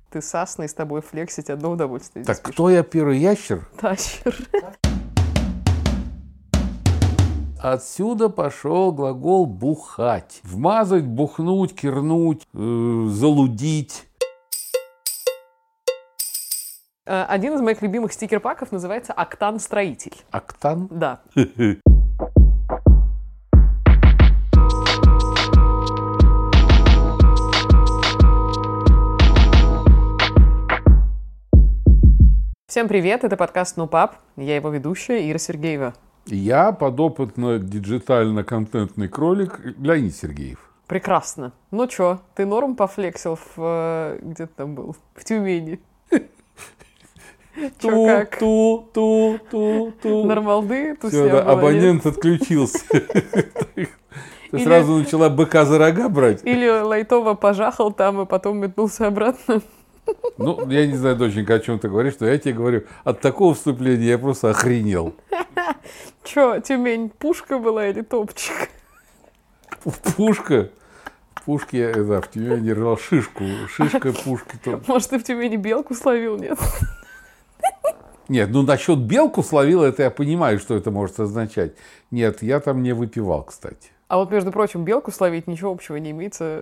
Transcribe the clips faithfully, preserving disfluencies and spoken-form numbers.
Ты сасный, с тобой флексить одно удовольствие. Так кто я, первый ящер? Тащер. Отсюда пошел глагол «бухать». Вмазать, бухнуть, кирнуть, э, залудить. Один из моих любимых стикер-паков называется «Октан-строитель». Октан? Да. Всем привет, это подкаст «Ну, пап». Я его ведущая Ира Сергеева. Я подопытный диджитально-контентный кролик Леонид Сергеев. Прекрасно. Ну чё, ты норм пофлексил в... где ты там был? В Тюмени. Чё, как? Ту, ту, ту, ту. Нормалды? Все, да, абонент отключился. Ты сразу начала быка за рога брать? Или лайтово пожахал там, и потом метнулся обратно. Ну, я не знаю, доченька, о чем ты говоришь, но я тебе говорю, от такого вступления я просто охренел. Чё, Тюмень, пушка была или топчик? Пушка? Пушки, я, да, в Тюмени рвал шишку. Шишка, пушка. То... Может, ты в Тюмени белку словил, нет? Нет, ну насчет белку словил, это я понимаю, что это может означать. Нет, я там не выпивал, кстати. А вот, между прочим, белку словить ничего общего не имеется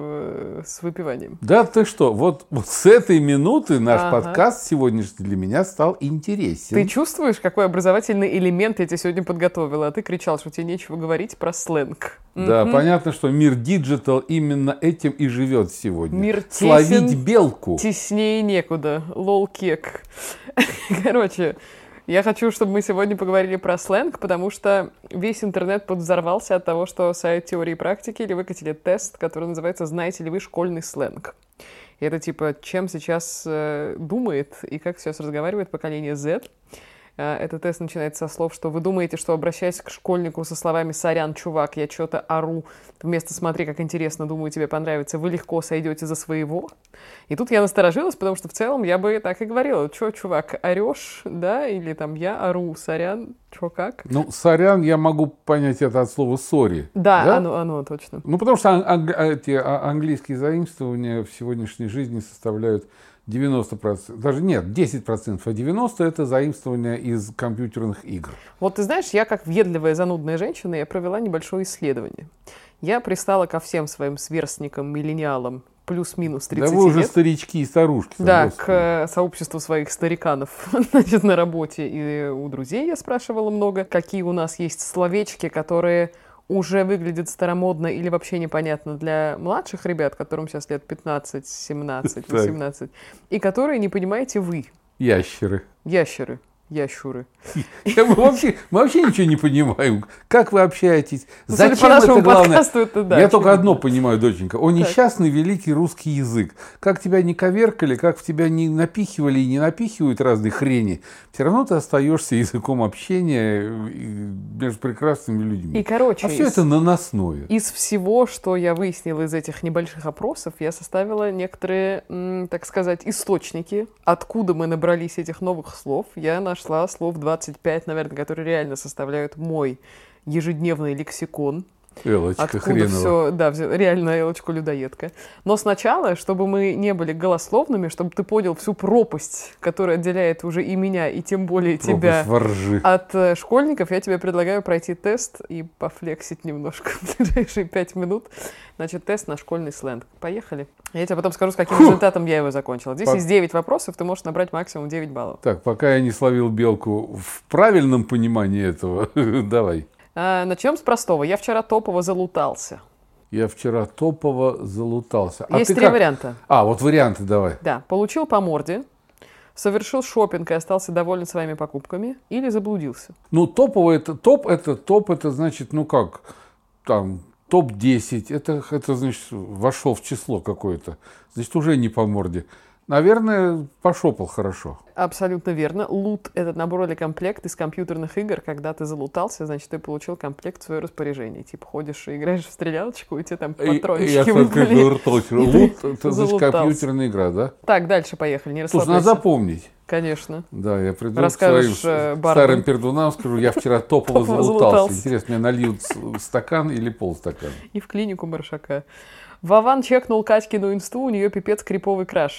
э, с выпиванием. Да ты что, вот, вот с этой минуты наш ага. подкаст сегодняшний для меня стал интересен. Ты чувствуешь, какой образовательный элемент я тебе сегодня подготовила? А ты кричал, что тебе нечего говорить про сленг. Да, mm-hmm. понятно, что мир диджитал именно этим и живет сегодня. Мир словить тесен, белку. Теснее некуда. Лол-кек. Короче... Я хочу, чтобы мы сегодня поговорили про сленг, потому что весь интернет подвзорвался от того, что сайт теории и практики или выкатили тест, который называется «Знаете ли вы школьный сленг?». И это типа, чем сейчас э, думает и как сейчас разговаривает поколение Z. Э, этот тест начинается со слов, что вы думаете, что, обращаясь к школьнику со словами «Сорян, чувак, я что-то ору», вместо «Смотри, как интересно, думаю, тебе понравится», вы легко сойдете за своего. И тут я насторожилась, потому что в целом я бы так и говорила. Чё, чувак, орёшь, да? Или там я ору, сорян, чё, как? Ну, сорян, я могу понять это от слова «сори». Да, да? Оно, оно точно. Ну, потому что ан- эти английские заимствования в сегодняшней жизни составляют девяносто процентов. Даже нет, десять процентов, а девяносто процентов это заимствования из компьютерных игр. Вот ты знаешь, я как въедливая занудная женщина, я провела небольшое исследование. Я пристала ко всем своим сверстникам, миллениалам, плюс-минус тридцать лет. Да вы уже старички и старушки. Да, к сообществу своих стариканов, значит, на работе и у друзей я спрашивала много, какие у нас есть словечки, которые уже выглядят старомодно или вообще непонятно для младших ребят, которым сейчас лет пятнадцать, семнадцать, восемнадцать, и которые не понимаете вы. Ящеры. Ящеры. Ящуры. Мы вообще, мы вообще ничего не понимаем. Как вы общаетесь? Ну, Зачем это главное? Это, да, Я только одно понимаю, доченька. О, несчастный великий русский язык. Как тебя не коверкали, как в тебя не напихивали и не напихивают разные хрени, все равно ты остаешься языком общения между прекрасными людьми. И, короче, а все из, это наносное. Из всего, что я выяснила из этих небольших опросов, я составила некоторые, м, так сказать, источники, откуда мы набрались этих новых слов. Я нашла Нашла слов двадцать пять, наверное, которые реально составляют мой ежедневный лексикон. Элочка Откуда хренова. Все, да, реально Элочка-людоедка. Но сначала, чтобы мы не были голословными, чтобы ты понял всю пропасть, которая отделяет уже и меня, и тем более пропасть тебя воржи. от э, школьников, я тебе предлагаю пройти тест и пофлексить немножко в ближайшие пять минут. Значит, тест на школьный сленг. Поехали. Я тебе потом скажу, с каким Фух. результатом я его закончила. Здесь По... есть девять вопросов, ты можешь набрать максимум девять баллов. Так, пока я не словил белку в правильном понимании этого, давай. А, начнем с простого. Я вчера топово залутался. Я вчера топово залутался. А есть три как? варианта. А, вот варианты давай. Да. Получил по морде, совершил шопинг и остался доволен своими покупками, или заблудился. Ну, топово это топ, это топ, это значит, ну как, там, топ десять, это, это значит, вошел в число какое-то. Значит, уже не по морде. Наверное, пошопал хорошо. Абсолютно верно. Лут – это набор или комплект из компьютерных игр. Когда ты залутался, значит, ты получил комплект в свое распоряжение. Типа ходишь и играешь в стрелялочку, и тебе там патрончики выпали. Лут – это значит компьютерная игра, да? Так, дальше поехали, не расслабляйся. Слушай, надо запомнить. Конечно. Да, я приду Расскажешь, к своим бардам. старым пердунам, скажу, я вчера топово залутался. Интересно, мне нальют стакан или полстакана? И в клинику Маршака. Вован чекнул Катькину инсту, у нее пипец криповый краш.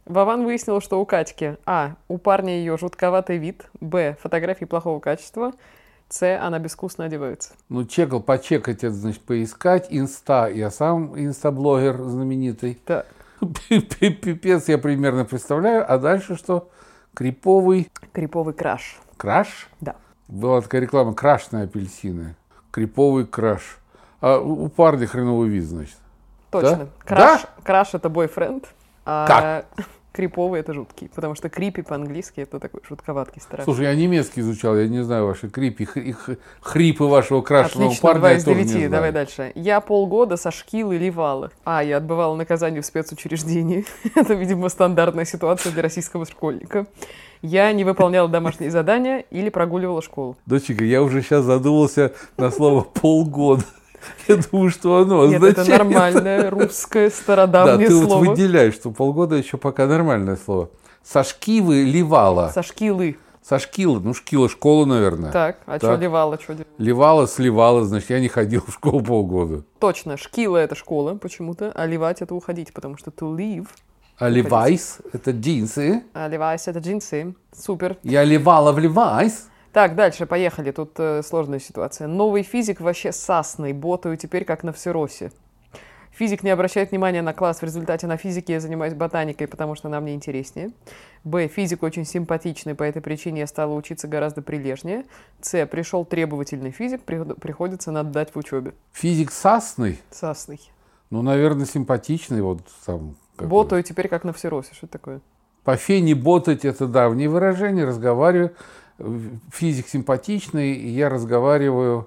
Вован выяснил, что у Катьки а. у парня ее жутковатый вид, б. фотографии плохого качества, с. она безвкусно одевается. Ну, чекал, почекать, это значит поискать. Инста. Я сам инстаблогер знаменитый. Так. Пипец, я примерно представляю. А дальше что? Криповый... Криповый краш. Краш? Да. Была такая реклама «Краш на апельсины». Криповый краш. А у парня хреновый вид, значит. Точно. Да? Краш, Да? краш это бойфренд, а Как? криповый это жуткий. Потому что крипи по-английски это такой жутковаткий страх. Слушай, я немецкий изучал, я не знаю ваши крипи, хри- хрипы вашего крашеного Отлично, парня. два я из тоже не девяти. знаю. Давай дальше. Я полгода со шкилы ливала. А, я отбывала наказание в спецучреждении. Это, видимо, стандартная ситуация для российского школьника. Я не выполняла домашние задания или прогуливала школу. Доченька, я уже сейчас задумался на слово «полгода». Я думаю, что оно Нет, означает... это нормальное русское Да, стародавнее ты слово. вот выделяешь, что полгода еще пока нормальное слово. Со шкивы ливала. Со шкилы. Со шкилы, ну шкила, школа, наверное. Так, а что Так. ливала? Что делала? Ливала, сливала, значит, я не ходил в школу полгода. Точно, шкила это школа почему-то, а ливать это уходить, потому что to leave, А ливайс – это джинсы. а ливайс это джинсы. Супер. Я ливала в ливайс. Так, дальше, поехали. Тут э, сложная ситуация. Новый физик вообще сасный, ботаю теперь как на всеросе. Физик не обращает внимания на класс, в результате на физике я занимаюсь ботаникой, потому что она мне интереснее. Б. Физик очень симпатичный, по этой причине я стала учиться гораздо прилежнее. С. Пришел требовательный физик, при- приходится наддать в учебе. Физик сасный. Сасный. Ну, наверное, симпатичный. Вот там. какой. Ботаю теперь как на всеросе. Что это такое? По фене ботать – это давнее выражение. Разговариваю. Физик симпатичный, и я разговариваю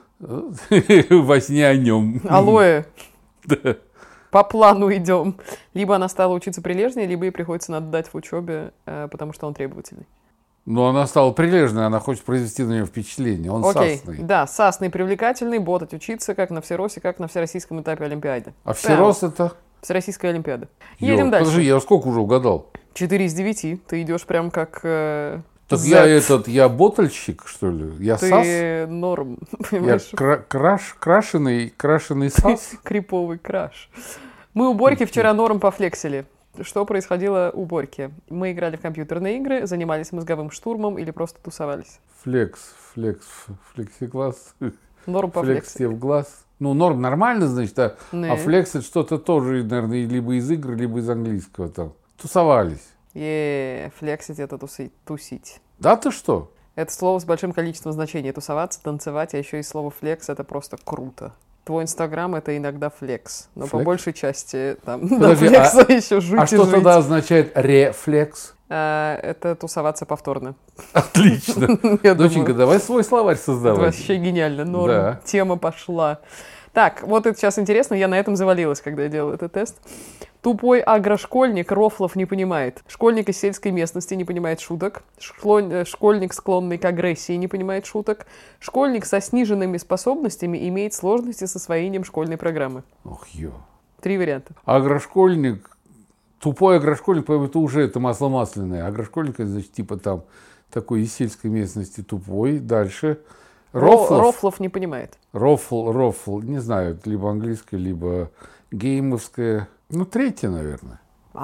во сне о нем. Алоэ. Да. По плану идем. Либо она стала учиться прилежнее, либо ей приходится наддать в учебе, э, потому что он требовательный. Но она стала прилежной, она хочет произвести на нее впечатление. Он Окей, сасный. да, сасный, привлекательный, ботать учиться, как на всеросе, как на всероссийском этапе Олимпиады. А всерос это? Всероссийская Олимпиада. Йо, Едем дальше. Подожди, я сколько уже угадал? Четыре из девяти. Ты идешь прям как... э, Так зэк. я этот, я ботальщик, что ли? Я Ты сас? норм, Я понимаешь? кра- краш, крашеный, крашеный сас? Криповый краш. Мы у Борьки вчера норм пофлексили. Что происходило у Борьки? Мы играли в компьютерные игры, занимались мозговым штурмом или просто тусовались. Флекс, флекс, флексиглаз, Норм флекс пофлексили. тебе в глаз. Ну, норм нормально, значит, а, Не. а флекс это что-то тоже, наверное, либо из игр, либо из английского там. Тусовались. Е, флексить это туси- тусить. Да ты что? Это слово с большим количеством значений. Тусоваться, танцевать, а еще и слово флекс это просто круто. Твой инстаграм это иногда флекс, но по Флекс? большей части там до Подожди, флекса еще жуть А и что жить. тогда означает рефлекс? А, это тусоваться повторно. Отлично. Я Доченька, думаю, давай свой словарь это создавай. вообще гениально. Норм. Да. Тема пошла. Так, вот это сейчас интересно, я на этом завалилась, когда я делала этот тест. Тупой агрошкольник рофлов не понимает. Школьник из сельской местности не понимает шуток. Шклон- э, Школьник, склонный к агрессии, не понимает шуток. Школьник со сниженными способностями имеет сложности с освоением школьной программы. Ох, ё. Три варианта. Агрошкольник, тупой агрошкольник, по-моему, это уже это масло масляное. Агрошкольник, это значит, типа там такой из сельской местности тупой. Дальше. Ро- Рофлов. Рофлов не понимает. Рофл, рофл, не знаю, это либо английское, либо геймовское. Ну, третье, наверное.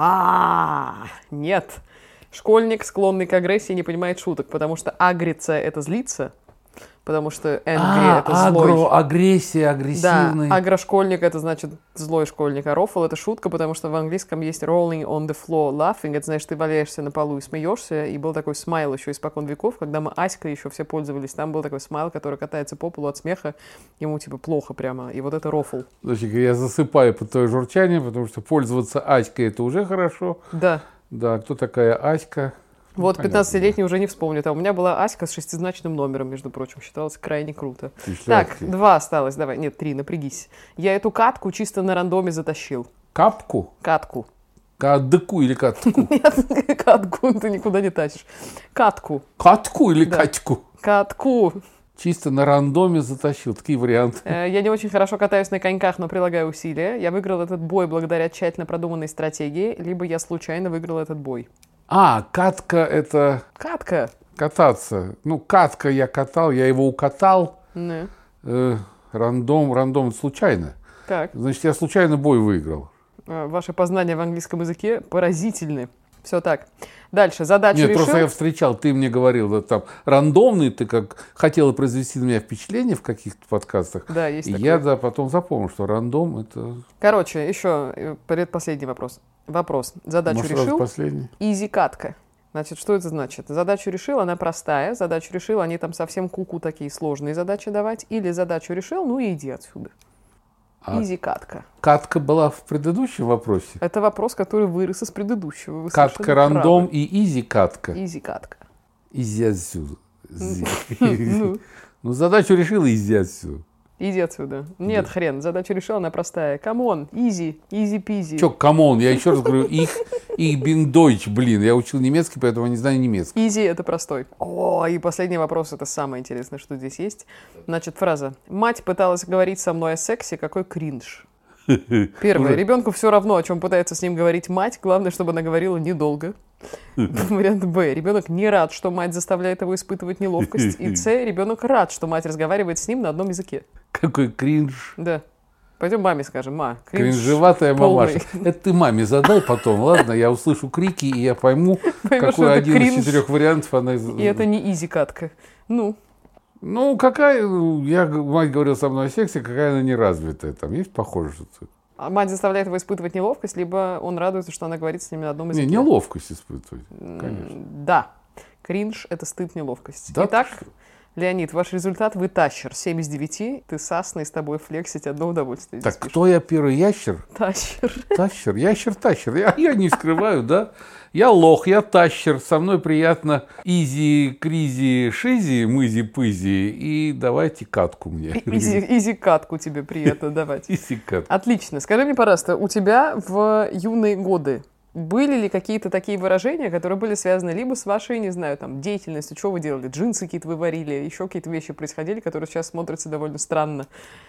А, нет. Школьник, склонный к агрессии, не понимает шуток, потому что агриться — это злиться, потому что angry А, это злой. агро, агрессия, Да, агрессивный. агрошкольник — это значит злой школьник, а рофл — это шутка, потому что в английском есть rolling on the floor laughing, это значит, ты валяешься на полу и смеешься, и был такой смайл еще испокон веков, когда мы Аськой еще все пользовались, там был такой смайл, который катается по полу от смеха, ему типа плохо прямо, и вот это рофл. Доченька, я засыпаю под твое журчание, потому что пользоваться Аськой это уже хорошо. Да. Да, кто такая Аська? Вот Понятно. пятнадцатилетний уже не вспомнит. А у меня была Аська с шестизначным номером, между прочим. Считалось крайне круто. Ты Так, шляпки. два осталось. Давай. Нет, три, напрягись. Я эту катку чисто на рандоме затащил. Капку? Катку. Кадыку или катку? Нет, катку ты никуда не тащишь. Катку. Катку или Да. катьку? Катку. Чисто на рандоме затащил. Такие варианты. Э, Я не очень хорошо катаюсь на коньках, но прилагаю усилия. Я выиграл этот бой благодаря тщательно продуманной стратегии, либо я случайно выиграл этот бой. А, катка это Катка. кататься. Ну, катка я катал, я его укатал. Не. Э, рандом, рандом это случайно. Так. Значит, я случайно бой выиграл. Ваши познания в английском языке поразительны. Все так. Дальше. Задачу Нет, решил. просто я встречал, ты мне говорил, да, там, рандомный, ты как хотела произвести на меня впечатление в каких-то подкастах. Да, есть и такое. я, да, потом запомнил, что рандом это... Короче, еще предпоследний вопрос. Вопрос. Задачу Может, решил. последний? Изи-катка. Значит, что это значит? Задачу решил, она простая. Задачу решил, они там совсем куку такие сложные задачи давать. Или задачу решил, ну и иди отсюда. А Изи-катка. катка была в предыдущем вопросе? Это вопрос, который вырос из предыдущего. Вы Катка, рандом и изи-катка. Изи-катка. Изи отсюда. Ну, задачу решил, изи отсюда. Иди отсюда. Нет, хрен, задачу решил, она простая. Камон, изи, изи-пизи. Чё, камон, я еще раз говорю, их, их бин дойч, блин, я учил немецкий, поэтому не знаю немецкий. Изи — это простой. О, и последний вопрос, это самое интересное, что здесь есть. Значит, фраза. Мать пыталась говорить со мной о сексе, какой кринж. Первое. Ребенку все равно, о чем пытается с ним говорить мать. Главное, чтобы она говорила недолго. Вариант Б. Ребенок не рад, что мать заставляет его испытывать неловкость. И С. Ребенок рад, что мать разговаривает с ним на одном языке. Какой кринж. Да. Пойдем маме скажем. Ма, кринж Кринжеватая полный. мамаша. Это ты маме задай потом, ладно? Я услышу крики, и я пойму, Поймешь, что какой это один из кринж. четырех вариантов она... И это не изи-катка. Ну, Ну, какая... Я, мать говорила со мной о сексе, какая она неразвитая. Там есть похоже что-то? а мать заставляет его испытывать неловкость, либо он радуется, что она говорит с ними на одном Не, языке. неловкость испытывать, конечно. М, Да. Кринж — это стыд, неловкость. Да Итак, ты что? Леонид, ваш результат — вы тащер. семь из девяти. Ты сасный, с тобой флексить одно удовольствие. Так, здесь пишут. кто я первый? Ящер? Тащер. Тащер, ящер-тащер. Я, я не скрываю, да? Я лох, я тащер. Со мной приятно изи, кризи, шизи, мызи-пызи. И давайте катку мне. Изи, изи-катку тебе приятно давать. Изи-катку. Отлично. Скажи мне, пожалуйста, у тебя в юные годы были ли какие-то такие выражения, которые были связаны либо с вашей, не знаю, там, деятельностью, что вы делали, джинсы какие-то вы варили, еще какие-то вещи происходили, которые сейчас смотрятся довольно странно.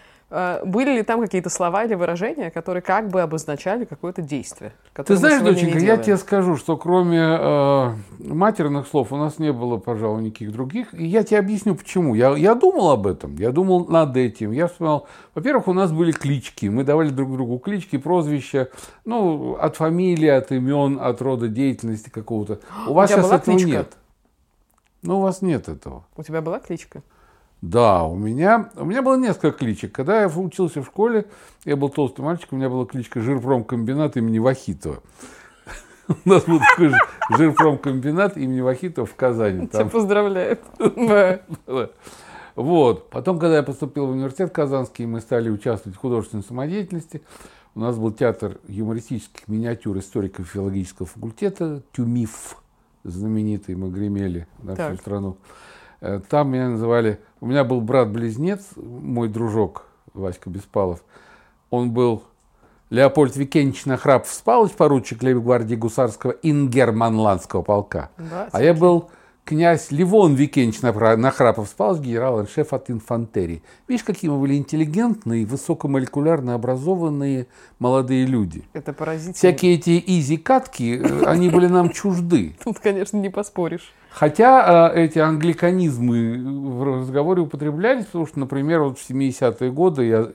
А, Были ли там какие-то слова или выражения, которые как бы обозначали какое-то действие? Ты которое мы знаешь, сегодня не доченька, я делаем? тебе скажу, что кроме э, матерных слов у нас не было, пожалуй, никаких других. И я тебе объясню, почему. Я, я думал об этом, я думал над этим. Я вспоминал, во-первых, у нас были клички. Мы давали друг другу клички, прозвища, ну, от фамилии, от имен, от рода деятельности какого-то. У вас У тебя сейчас была этого кличка? нет. Ну, у вас нет этого. У тебя была кличка? Да, у меня, у меня было несколько кличек. Когда я учился в школе, я был толстый мальчик, у меня была кличка Жирпромкомбинат имени Вахитова. У нас был такой же Жирпромкомбинат имени Вахитова в Казани. Тебя поздравляю. Да. Вот. Потом, когда я поступил в университет Казанский, мы стали участвовать в художественной самодеятельности. У нас был театр юмористических миниатюр историко-филологического факультета, ТЮМИФ, знаменитый, мы гремели на всю Так. страну. Э, Там меня называли... У меня был брат-близнец, мой дружок Васька Беспалов. Он был Леопольд Викентьевич Нахрапов-Спалыч, поручик лейб-гвардии гусарского ингерманландского полка. Да, А я был князь Левон Викентьевич Нахрапов-Спалыч, генерал-аншеф от инфантерии. Видишь, какие мы были интеллигентные, высокомолекулярно образованные молодые люди. Это поразительно. Всякие эти изи-катки, э, они были нам чужды. Тут, конечно, не поспоришь. Хотя э, эти англиканизмы в разговоре употреблялись, потому что, например, вот в семидесятые годы, я,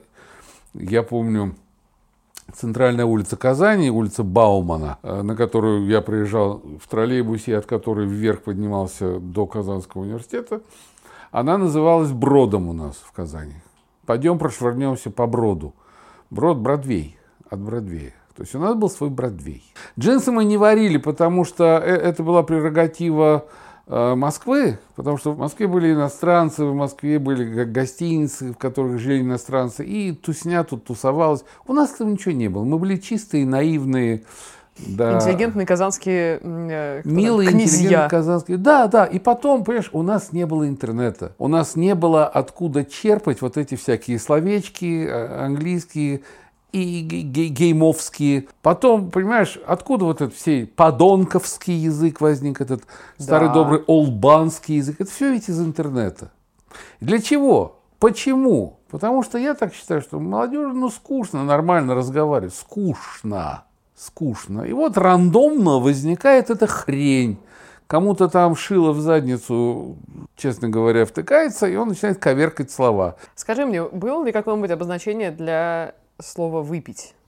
я помню, центральная улица Казани, улица Баумана, э, на которую я приезжал в троллейбусе, от которой вверх поднимался до Казанского университета, она называлась Бродом у нас в Казани. Пойдем прошвырнемся по Броду. Брод – Бродвей, от Бродвея. То есть у нас был свой Бродвей. Джинсы мы не варили, потому что это была прерогатива Москвы, потому что в Москве были иностранцы, в Москве были гостиницы, в которых жили иностранцы, и тусня тут тусовалась. У нас этого ничего не было. Мы были чистые, наивные, да, Интеллигентные казанские э, кто там, милые, князья. интеллигентные казанские. Да, да. И потом, понимаешь, у нас не было интернета. У нас не было откуда черпать вот эти всякие словечки э, английские и гей- геймовские. Потом, понимаешь, откуда вот этот все подонковский язык возник, этот старый Да. добрый олбанский язык. Это все ведь из интернета. Для чего? Почему? Потому что я так считаю, что молодежи, ну, скучно нормально разговаривать. Скучно. Скучно. И вот рандомно возникает эта хрень. Кому-то там шило в задницу, честно говоря, втыкается, и он начинает коверкать слова. Скажи мне, было ли какое-нибудь обозначение для слова «выпить»?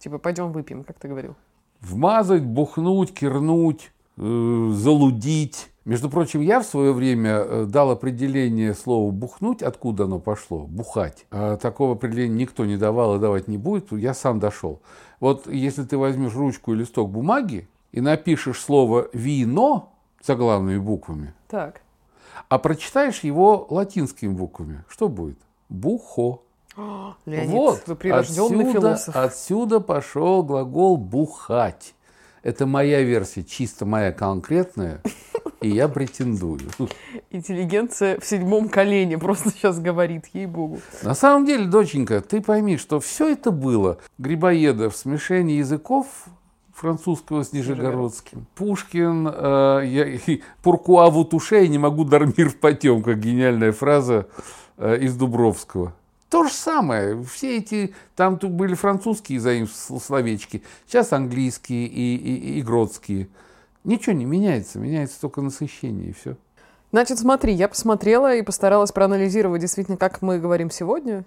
Типа, пойдем выпьем, как ты говорил. Вмазать, бухнуть, кирнуть, э, залудить. Между прочим, я в свое время дал определение слова «бухнуть», откуда оно пошло, «бухать». А такого определения никто не давал и давать не будет, я сам дошел. Вот если ты возьмешь ручку и листок бумаги и напишешь слово «вино» заглавными буквами, так. а прочитаешь его латинскими буквами, что будет? «Бухо». О, Леонид, вот, вы прирожденный отсюда, философ. Отсюда пошел глагол «бухать». Это моя версия, чисто моя конкретная, и я претендую. Интеллигенция в седьмом колене просто сейчас говорит, ей-богу. На самом деле, доченька, ты пойми, что все это было Грибоедов, смешение языков французского с нижегородским. Пушкин, э, я, «Пуркуа в утуше», я не могу «Дармир в потемках», гениальная фраза э, из Дубровского. То же самое. Все эти, там тут были французские словечки, сейчас английские и, и, и гродские. Ничего не меняется, меняется только насыщение, и все. Значит, смотри, я посмотрела и постаралась проанализировать действительно, как мы говорим сегодня,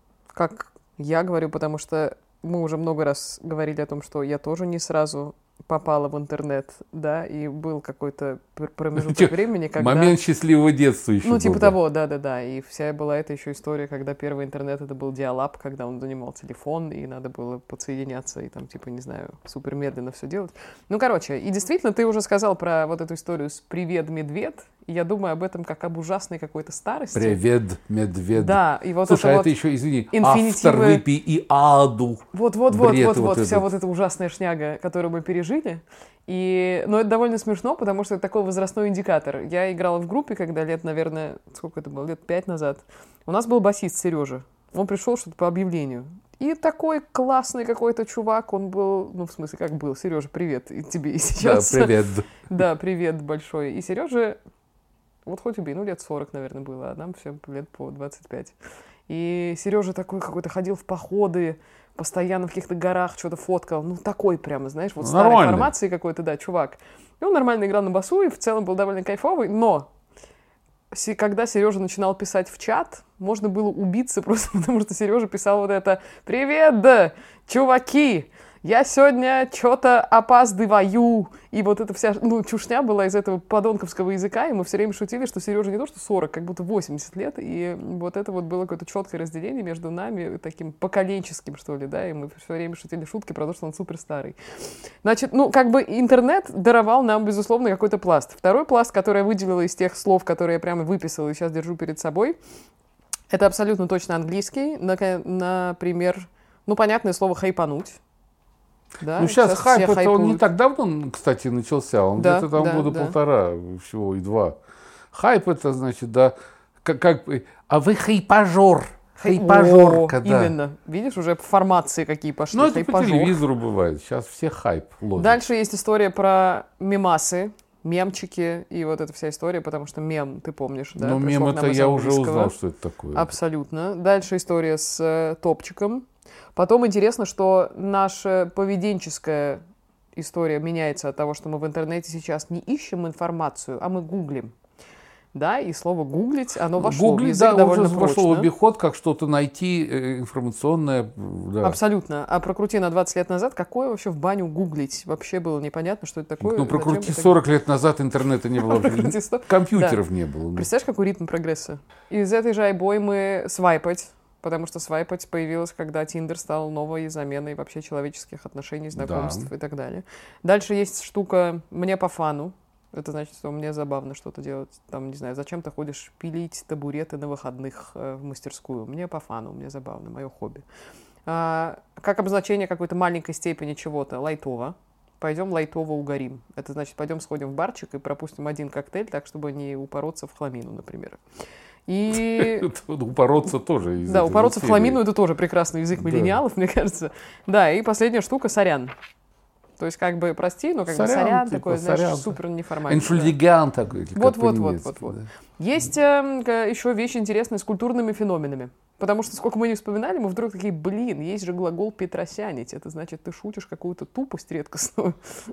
как я говорю, потому что мы уже много раз говорили о том, что я тоже не сразу попала в интернет, да, и был какой-то промежуток времени, когда... Момент счастливого детства еще Ну, был, типа да. того, да-да-да. И вся была эта еще история, когда первый интернет, это был диалап, когда он занимал телефон, и надо было подсоединяться, и там, типа, не знаю, супер медленно все делать. Ну, короче, и действительно, ты уже сказал про вот эту историю с «Привет, медведь», и я думаю об этом как об ужасной какой-то старости. Привет, медведь. Да, и вот Слушай, это а вот это еще, извини, инфинитивы... автор выпей и аду. Вот-вот-вот-вот-вот, вот, вот вся вот эта ужасная шняга, которую мы пережили. И, но это довольно смешно, потому что это такой возрастной индикатор. Я играла в группе, когда лет, наверное, сколько это было, лет пять назад. У нас был басист Сережа. Он пришел что-то по объявлению. И такой классный какой-то чувак, он был, ну, в смысле, как был. Сережа, привет и тебе и сейчас. Да, привет. Да, привет большой. И Сережа, вот хоть убей, ну, лет сорок, наверное, было, а нам всем лет по двадцать пять. И Сережа такой какой-то ходил в походы, постоянно в каких-то горах что-то фоткал. Ну, такой прямо, знаешь, вот старой Нормально. формации какой-то, да, чувак. И он нормально играл на басу, и в целом был довольно кайфовый, но когда Сережа начинал писать в чат, можно было убиться просто потому, что Сережа писал вот это «Привет, да, чуваки! Я сегодня что-то опаздываю». И вот эта вся, ну, чушня была из этого подонковского языка, и мы все время шутили, что Сереже не то что сорок, как будто восемьдесят лет, и вот это вот было какое-то четкое разделение между нами, таким поколенческим, что ли, да, и мы все время шутили шутки про то, что он супер старый. Значит, ну, как бы интернет даровал нам, безусловно, какой-то пласт. Второй пласт, который я выделила из тех слов, которые я прямо выписала и сейчас держу перед собой, это абсолютно точно английский, например, ну, понятное слово «хайпануть». Да, ну, сейчас, сейчас хайп, это он не так давно, кстати, начался. Он да, где-то там да, года да. полтора всего и два. Хайп это значит, да, как, как а вы хайпажор. Хайпажорка, О, да. Именно. Видишь, уже формации какие пошли. Ну, это хайпажор. по телевизору бывает. Сейчас все хайп ловят. Дальше есть история про мемасы, мемчики и вот эта вся история, потому что мем, ты помнишь, да? Ну, мем это я уже узнал, что это такое. Абсолютно. Дальше история с э, топчиком. Потом интересно, что наша поведенческая история меняется от того, что мы в интернете сейчас не ищем информацию, а мы гуглим. Да, и слово «гуглить», оно вошло Гуглить, в язык да, довольно уже прочно. вошло в обиход, как что-то найти информационное. Да. Абсолютно. А прокрути на двадцать лет назад, какое вообще в баню гуглить? Вообще было непонятно, что это такое. Ну, прокрути сорок лет назад интернета не было, компьютеров не было. Представляешь, какой ритм прогресса? Из этой же обоймы свайпать. Потому что свайпать появилось, когда Тиндер стал новой заменой вообще человеческих отношений, знакомств да. и так далее. Дальше есть штука «мне по фану». Это значит, что мне забавно что-то делать. Там, не знаю, зачем ты ходишь пилить табуреты на выходных э, в мастерскую? Мне по фану, мне забавно, мое хобби. А, как обозначение какой-то маленькой степени чего-то, лайтово. Пойдем лайтово угорим. Это значит, пойдем сходим в барчик и пропустим один коктейль, так, чтобы не упороться в хламину, например. И... Упороться тоже. Да, упороться в хламину — это тоже прекрасный язык миллениалов, да. мне кажется. Да, и последняя штука — сорян. То есть, как бы, прости, но как сорян, бы сорян, типа, такой, знаешь, сорян, супер неформальный. Эншульдиган да. такой. Вот, вот, вот, вот, вот. Да. Есть э, еще вещи интересные с культурными феноменами. Потому что, сколько мы не вспоминали, мы вдруг такие, блин, есть же глагол «петросянить». Это значит, ты шутишь какую-то тупость редкостную.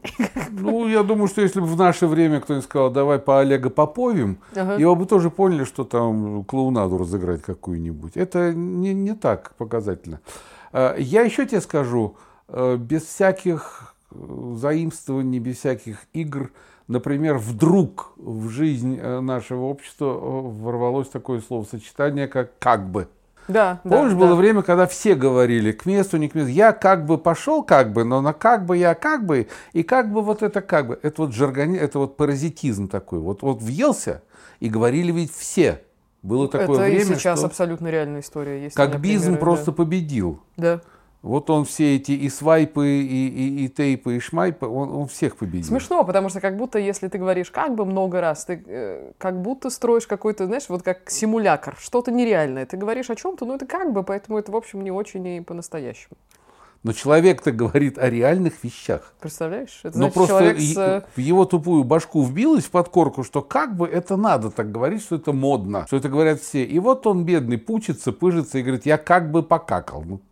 Ну, я думаю, что если бы в наше время кто-нибудь сказал, давай по Олега Поповим, ага. его бы тоже поняли, что там клоунаду разыграть какую-нибудь. Это не, не так показательно. Я еще тебе скажу, без всяких заимствований, без всяких игр. Например, вдруг в жизнь нашего общества ворвалось такое словосочетание, как «как бы». Да, Помнишь, да, было да. время, когда все говорили к месту, не к месту. Я как бы пошел, как бы, но на как бы я как бы, и как бы вот это как бы. Это вот жаргони, это вот паразитизм такой. Вот, вот въелся, и говорили ведь все. Было такое это время, и сейчас что абсолютно реальная история. Есть как бизм примеры, просто да. победил. Да. Вот он все эти и свайпы, и, и, и тейпы, и шмайпы, он, он всех победил. Смешно, потому что как будто, если ты говоришь как бы много раз, ты э, как будто строишь какой-то, знаешь, вот как симулятор, что-то нереальное. Ты говоришь о чем-то, ну это как бы, поэтому это, в общем, не очень и по-настоящему. Но человек-то говорит о реальных вещах. Представляешь? Это Но значит, просто человек с... в его тупую башку вбилось в подкорку, что как бы это надо так говорить, что это модно, что это говорят все. И вот он, бедный, пучится, пыжится и говорит, я как бы покакал. Ну,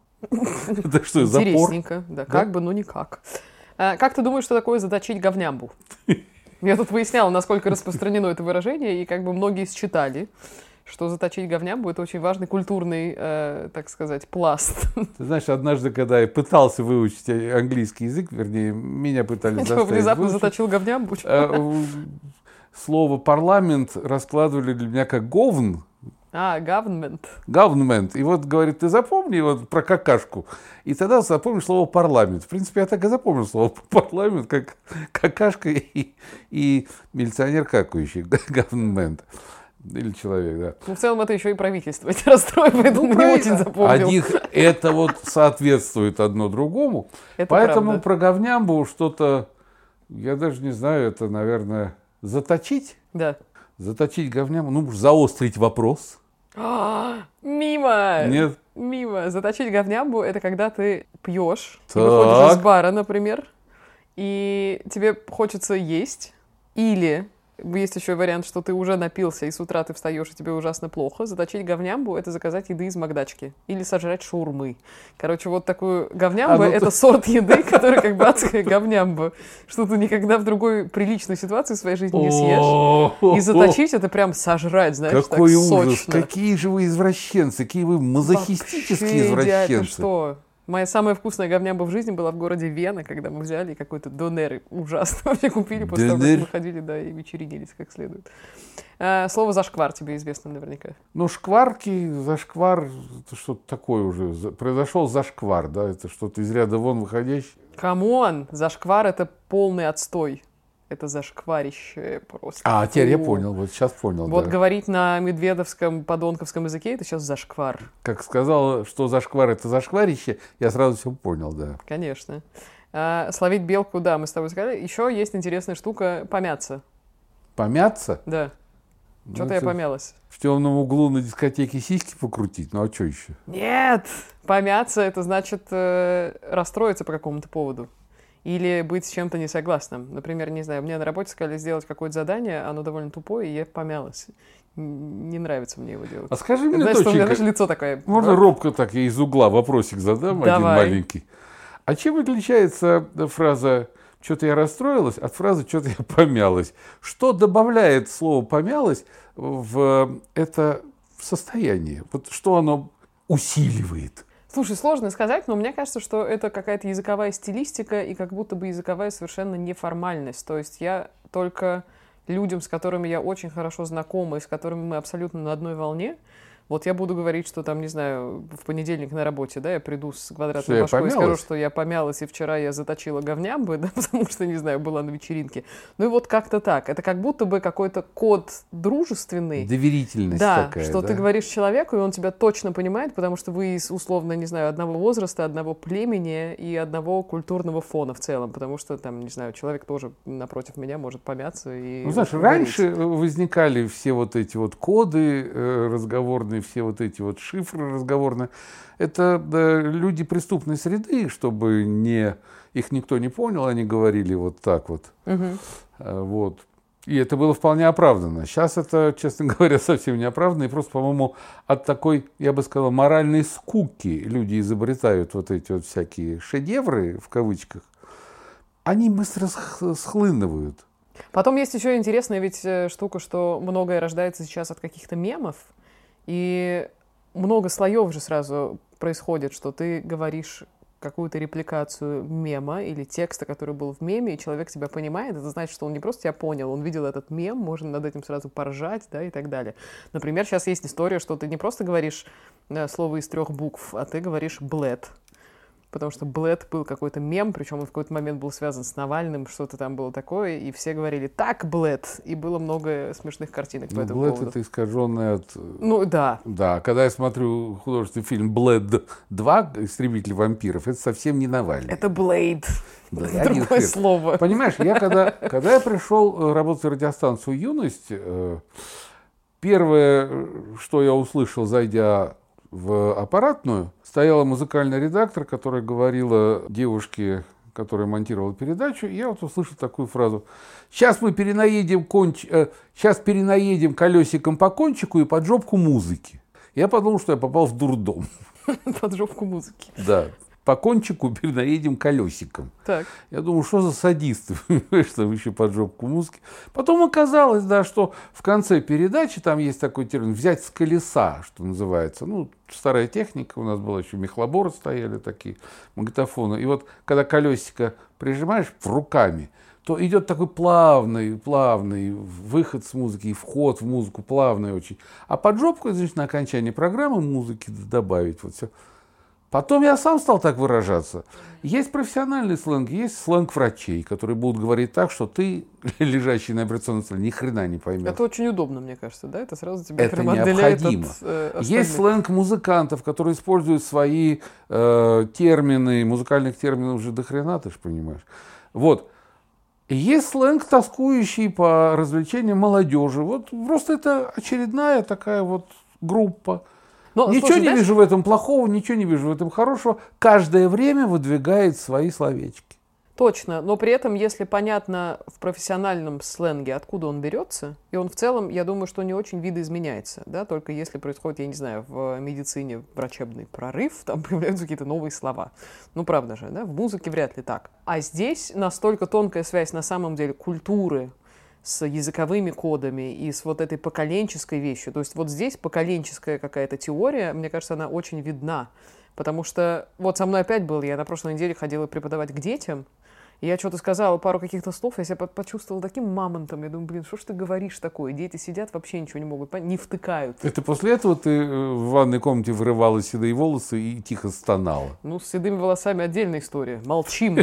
это что, запор? Интересненько, да, как бы, но никак. А, как ты думаешь, что такое заточить говнямбу? Я тут выясняла, насколько распространено это выражение, и как бы многие считали, что заточить говнямбу — это очень важный культурный, э, так сказать, пласт. Ты знаешь, однажды, когда я пытался выучить английский язык, вернее, меня пытались Что, заставить внезапно выучить, заточил говнямбу? э, слово «парламент» раскладывали для меня как «говн», А, government. Government. И вот говорит, ты запомни вот про какашку. И тогда запомнишь слово парламент. В принципе, я так и запомнил слово парламент, как какашка и, и милиционер какающий. Government. Или человек, да. Ну, в целом, это еще и правительство эти расстрои, поэтому Ну, не очень запомнил. Одних это вот соответствует одно другому. Это Поэтому правда. про говнямбу что-то, я даже не знаю, это, наверное, заточить. Да. Заточить говнямбу, ну, заострить вопрос. А, мимо! Нет. Мимо. Заточить говнямбу — это когда ты пьешь, и Так. выходишь из бара, например, и тебе хочется есть, или есть еще вариант, что ты уже напился, и с утра ты встаешь, и тебе ужасно плохо. Заточить говнямбу — это заказать еды из Макдачки. Или сожрать шаурмы. Короче, вот такую говнямбу А, ну — это ты- сорт еды, который как бы адская говнямба. Что ты никогда в другой приличной ситуации в своей жизни не съешь. И заточить — это прям сожрать, знаешь, Какой так ужас! сочно. Какие же вы извращенцы! Какие вы мазохистические Вообще идеально. извращенцы! Что? Моя самая вкусная говнямба в жизни была в городе Вена, когда мы взяли какой-то донер ужасно вообще купили после того, Донер? как мы ходили, да, и вечеринились как следует. А, слово «зашквар» тебе известно наверняка. Ну, шкварки, зашквар, это что-то такое уже. За- Произошел зашквар, да? Это что-то из ряда вон выходящее. Камон! Зашквар — это полный отстой. Это зашкварище просто. А, теперь я Фу. понял, вот сейчас понял, Вот да. говорить на медведовском, подонковском языке — это сейчас зашквар. Как сказал, что зашквар это зашкварище, я сразу все понял, да. Конечно. А, словить белку, да, мы с тобой сказали. Еще есть интересная штука — помяться. Помяться? Да. Ну, Что-то я это помялась. В темном углу на дискотеке сиськи покрутить, ну а что еще? Нет! Помяться — это значит э, расстроиться по какому-то поводу. Или быть с чем-то не согласным. Например, не знаю, мне на работе сказали сделать какое-то задание, оно довольно тупое, и я помялась. Н- Не нравится мне его делать. А скажи мне, Знаешь, что у меня, доченька, знаешь, лицо такое. можно робко так я из угла вопросик задам, один Давай. маленький. А чем отличается фраза «что-то я расстроилась» от фразы «что-то я помялась»? Что добавляет слово «помялась» в это состояние? Вот что оно усиливает? Слушай, сложно сказать, но мне кажется, что это какая-то языковая стилистика и как будто бы языковая совершенно неформальность. То есть я только людям, с которыми я очень хорошо знакома и с которыми мы абсолютно на одной волне, вот я буду говорить, что там, не знаю, в понедельник на работе, да, я приду с Что квадратной я башкой и скажу, помялась? что я помялась, и вчера я заточила говнямбы, да, потому что, не знаю, была на вечеринке. Ну и вот как-то так. Это как будто бы какой-то код дружественный. Доверительность Да, такая, что да? ты говоришь человеку, и он тебя точно понимает, потому что вы из, условно, не знаю, одного возраста, одного племени и одного культурного фона в целом, потому что, там, не знаю, человек тоже напротив меня может помяться и Ну, знаешь, говорить. раньше возникали все вот эти вот коды э, разговорные, все вот эти вот шифры разговорные. Это да, люди преступной среды, чтобы не, их никто не понял, они говорили вот так вот. Мгм. Э, вот. И это было вполне оправданно. Сейчас это, честно говоря, совсем не оправданно. И просто, по-моему, от такой, я бы сказал, моральной скуки люди изобретают вот эти вот всякие шедевры, в кавычках. Они быстро сх- схлынывают. Потом есть еще интересная ведь э, штука, что многое рождается сейчас от каких-то мемов, и много слоев же сразу происходит, что ты говоришь какую-то репликацию мема или текста, который был в меме, и человек тебя понимает, это значит, что он не просто тебя понял, он видел этот мем, можно над этим сразу поржать, да, и так далее. Например, сейчас есть история, что ты не просто говоришь э, слово из трех букв, а ты говоришь «блэд». Потому что Блэд был какой-то мем, причем он в какой-то момент был связан с Навальным, что-то там было такое, и все говорили «так, Блэд», и было много смешных картинок по ну, этому Блэд поводу. это искаженное от... Ну, да. Да, когда я смотрю художественный фильм «Блэд два. Истребитель вампиров», это совсем не Навальный. Это Блейд. Да, другое слово. Понимаешь, я когда, когда я пришел работать в радиостанцию «Юность», первое, что я услышал, зайдя в аппаратную, стояла музыкальный редактор, которая говорила девушке, которая монтировала передачу, и я вот услышал такую фразу: «Сейчас мы перенаедем, конч... Сейчас перенаедем колесиком по кончику и под жопку музыки». Я подумал, что я попал в дурдом. Под жопку музыки. Да. По кончику перенаедем колесиком. Так. Я думаю, что за садисты, что еще под жопку музыки. Потом оказалось, да, что в конце передачи, там есть такой термин, взять с колеса, что называется. Ну, старая техника, у нас была еще мехлоборы стояли такие, магнитофоны. И вот когда колесико прижимаешь руками, то идет такой плавный, плавный выход с музыки и вход в музыку, плавный очень. А под жопку, значит, на окончании программы музыки добавить вот все. Потом я сам стал так выражаться. Есть профессиональный сленг, есть сленг врачей, которые будут говорить так, что ты, лежащий на операционном столе, ни хрена не поймешь. Это очень удобно, мне кажется, да? Это сразу тебя это прям отделяет необходимо. От, э, есть сленг музыкантов, которые используют свои э, термины, музыкальных терминов уже до хрена, ты же понимаешь. Вот. И есть сленг, тоскующий по развлечениям молодежи. Вот просто это очередная такая вот группа. Но, ничего слушай, не знаешь... вижу в этом плохого, ничего не вижу в этом хорошего. Каждое время выдвигает свои словечки. Точно, но при этом, если понятно в профессиональном сленге, откуда он берется, и он в целом, я думаю, что не очень видоизменяется, да, только если происходит, я не знаю, в медицине врачебный прорыв, там появляются какие-то новые слова. Ну, правда же, да, в музыке вряд ли так. А здесь настолько тонкая связь на самом деле культуры с языковыми кодами и с вот этой поколенческой вещью. То есть вот здесь поколенческая какая-то теория, мне кажется, она очень видна. Потому что вот со мной опять был, я на прошлой неделе ходила преподавать к детям, и я что-то сказала, пару каких-то слов, я себя почувствовала таким мамонтом. Я думаю, блин, что ж ты говоришь такое? Дети сидят, вообще ничего не могут понять, не втыкают. Это после этого ты в ванной комнате вырывала седые волосы и тихо стонала? Ну, с седыми волосами отдельная история. Молчим.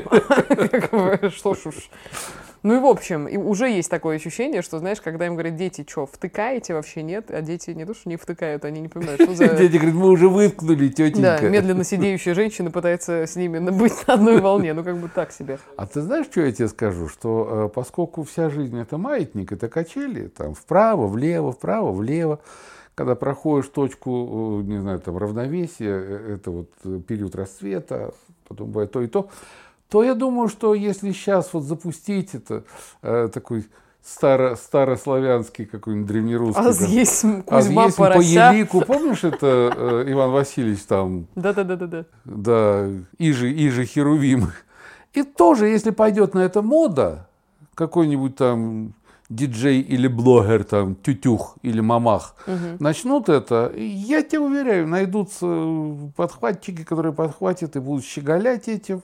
Что ж уж... Ну и в общем, и уже есть такое ощущение, что, знаешь, когда им говорят, дети, что, втыкаете? Вообще нет. А дети не то, что не втыкают, они не понимают, что за... Дети говорят, мы уже выткнули, тетенька. Да, медленно сидеющая женщина пытается с ними быть на одной волне. Ну, как бы так себе. А ты знаешь, что я тебе скажу? Что э, поскольку вся жизнь — это маятник, это качели, там вправо, влево, вправо, влево, когда проходишь точку, не знаю, там равновесия, это вот период расцвета, потом бывает то и то, то я думаю, что если сейчас вот запустить это, э, такой старо, старославянский какой-нибудь древнерусский... Аз есть Кузьма Аз Порося. По елику, помнишь, это э, Иван Васильевич там... Да-да-да-да. Да, Иже, Иже Херувим. И тоже, если пойдет на это мода, какой-нибудь там диджей или блогер, там, тютюх или мамах, угу. начнут это, я тебе уверяю, найдутся подхватчики, которые подхватят и будут щеголять этим.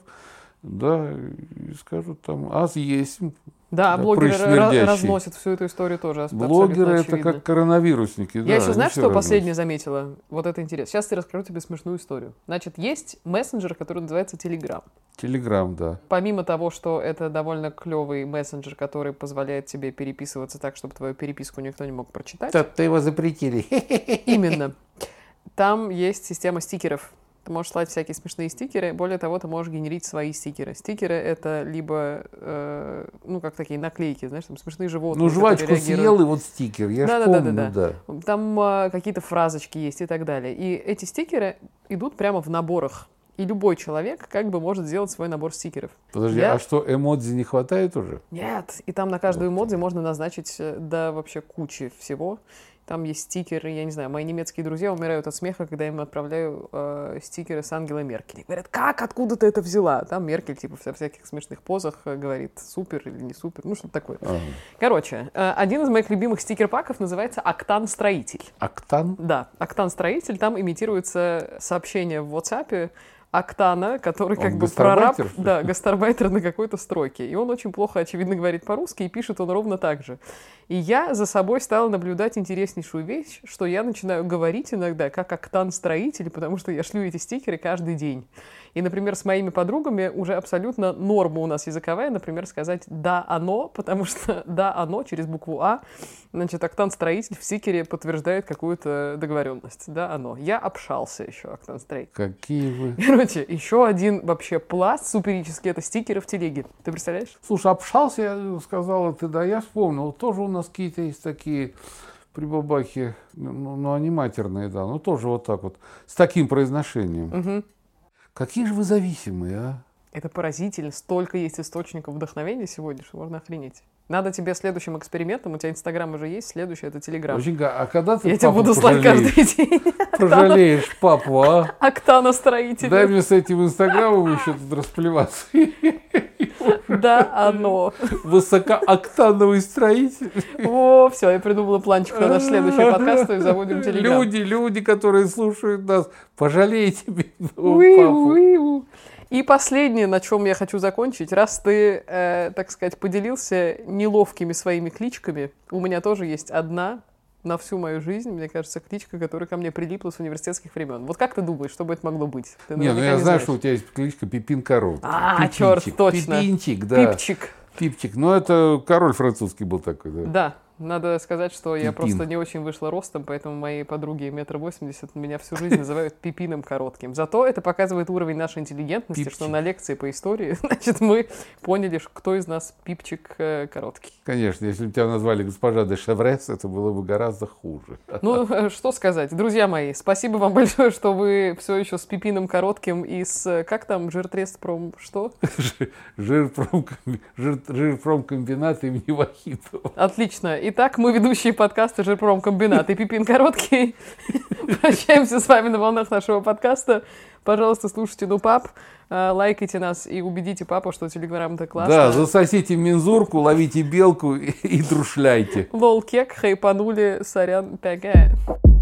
Да, и скажут там, аз есть. Да, да, блогеры разносят всю эту историю тоже. Блогеры — это как коронавирусники. Я да, еще, знаешь, что разносят. Последнее заметила? Вот это интересно. Сейчас я расскажу тебе смешную историю. Значит, есть мессенджер, который называется Telegram. Telegram, да. Помимо того, что это довольно клевый мессенджер, который позволяет тебе переписываться так, чтобы твою переписку никто не мог прочитать. Так-то его запретили. Именно. Там есть система стикеров. Ты можешь слать всякие смешные стикеры. Более того, ты можешь генерить свои стикеры. Стикеры — это либо, э, ну, как такие наклейки, знаешь, там смешные животные. Ну, жвачку съел, и вот стикер. Я да, ж да, помню, да, да, да. Там э, какие-то фразочки есть и так далее. И эти стикеры идут прямо в наборах. И любой человек как бы может сделать свой набор стикеров. Подожди, Я... а что, эмодзи не хватает уже? Нет. И там на каждую эмодзи можно назначить, да, вообще кучи всего. Там есть стикеры, я не знаю, мои немецкие друзья умирают от смеха, когда я им отправляю э, стикеры с Ангелой Меркель. Говорят, как, откуда ты это взяла? Там Меркель, типа, в всяких смешных позах говорит, супер или не супер, ну, что-то такое. Ага. Короче, э, один из моих любимых стикер-паков называется «Октан-строитель». Октан? Да, «Октан-строитель». Там имитируется сообщение в WhatsApp Октана, который как Он бы прораб, гастарбайтер, что ли? да, гастарбайтер на какой-то стройке. И он очень плохо, очевидно, говорит по-русски, и пишет он ровно так же. И я за собой стала наблюдать интереснейшую вещь, что я начинаю говорить иногда как Октан-строитель, потому что я шлю эти стикеры каждый день. И, например, с моими подругами уже абсолютно норма у нас языковая, например, сказать «да, оно», потому что «да, оно» через букву «а», значит, Октан-строитель в стикере подтверждает какую-то договоренность. «Да, оно». Я общался еще, Октан-строитель. Какие вы... Короче, еще один вообще пласт суперический — это стикеры в телеге. Ты представляешь? Слушай, общался, я сказала ты, да, я вспомнил. Тоже у нас какие-то есть такие прибабахи, ну, ну, они матерные, да, но тоже вот так вот, с таким произношением. Угу. Какие же вы зависимые, а? Это поразительно. Столько есть источников вдохновения сегодня, что можно охренеть. Надо тебе следующим экспериментом, у тебя Инстаграм уже есть, следующий — это Телеграм. Доченька, а когда ты Я тебя папу буду слать пожалеешь? каждый день. Пожалеешь папу, а? Октана-строитель. Дай мне с этим Инстаграмом еще тут расплеваться. Да, оно. Высокооктановый строитель. О, все, я придумала планчик на наш следующий подкаст, и заводим Телеграм. Люди, люди, которые слушают нас, пожалейте Уи, папу. уи, уи. И последнее, на чем я хочу закончить, раз ты, э, так сказать, поделился неловкими своими кличками, у меня тоже есть одна на всю мою жизнь, мне кажется, кличка, которая ко мне прилипла с университетских времен. Вот как ты думаешь, что бы это могло быть? Ты Не, ну наверняка я не знаю, знаешь. что у тебя есть кличка Пипин Коробка. А, черт, точно. Пипинчик, да. Пипчик. Пипчик. Ну, это король французский был такой, да. Да, надо сказать, что я Пипин. просто не очень вышла ростом, поэтому мои подруги метр восемьдесят меня всю жизнь называют Пипином Коротким. Зато это показывает уровень нашей интеллигентности, Пипчик. что на лекции по истории, значит, мы поняли, кто из нас Пипчик э, Короткий. Конечно, если бы тебя назвали госпожа де Шеврес, это было бы гораздо хуже. Ну, э, что сказать. Друзья мои, спасибо вам большое, что вы все еще с Пипином Коротким и с, как там, Жиртрестпром, что? Жирпромкомби- жир- Жирпромкомбинат имени Вахитова. Отлично. Итак, мы ведущие подкаста «Жирпромкомбинат» и Пипин Короткий. Прощаемся с вами на волнах нашего подкаста. Пожалуйста, слушайте «Ну, пап», э, лайкайте нас и убедите папу, что Телеграм — это классно. Да, засосите мензурку, ловите белку и, и друшляйте. Лол, кек, хайпанули, сорян, пяга.